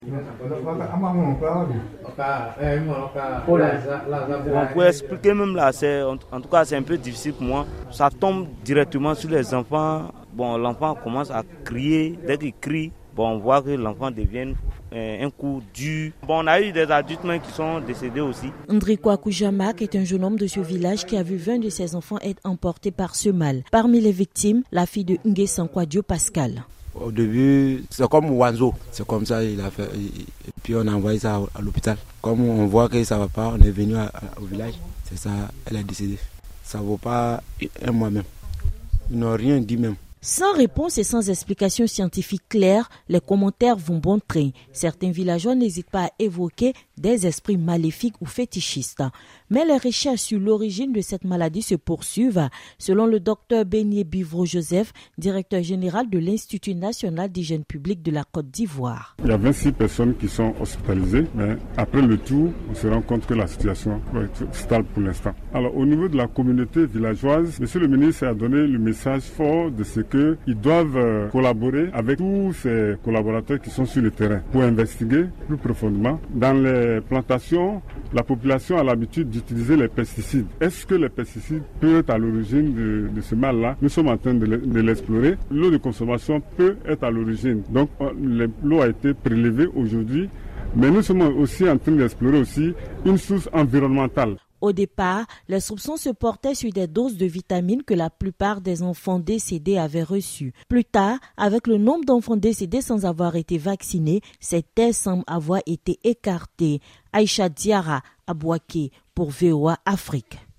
Bon, pour expliquer même là, en tout cas c'est un peu difficile pour moi. Ça tombe directement sur les enfants. Bon, l'enfant commence à crier. Dès qu'il crie, bon, on voit que l'enfant devient un coup dur. Bon, on a eu des adultes qui sont décédés aussi. André Koujamak est un jeune homme de ce village qui a vu 20 de ses enfants être emportés par ce mal. Parmi les victimes, la fille de Ngué Sankwadio Pascal. Au début, c'est comme Wanzo. C'est comme ça il a fait. Et puis on a envoyé ça à l'hôpital. Comme on voit que ça ne va pas, on est venu au village. C'est ça, elle a décédé. Ça ne vaut pas un mois même. Ils n'ont rien dit même. Sans réponse et sans explication scientifique claire, les commentaires vont bon train. Certains villageois n'hésitent pas à évoquer des esprits maléfiques ou fétichistes. Mais les recherches sur l'origine de cette maladie se poursuivent, selon le docteur Beignet Bivro-Joseph, directeur général de l'Institut national d'hygiène publique de la Côte d'Ivoire. Il y a 26 personnes qui sont hospitalisées, mais après le tout, on se rend compte que la situation est stable pour l'instant. Alors au niveau de la communauté villageoise, monsieur le ministre a donné le message fort de ce qu'ils doivent collaborer avec tous ces collaborateurs qui sont sur le terrain pour investiguer plus profondément. Dans les plantations, la population a l'habitude d'utiliser les pesticides. Est-ce que les pesticides peuvent être à l'origine de ce mal-là? Nous sommes en train de l'explorer. L'eau de consommation peut être à l'origine. Donc l'eau a été prélevée aujourd'hui, mais nous sommes aussi en train d'explorer aussi une source environnementale. Au départ, les soupçons se portaient sur des doses de vitamines que la plupart des enfants décédés avaient reçues. Plus tard, avec le nombre d'enfants décédés sans avoir été vaccinés, ces thèses semblent avoir été écartées. Aïcha Diarra, Abouaké, pour VOA Afrique.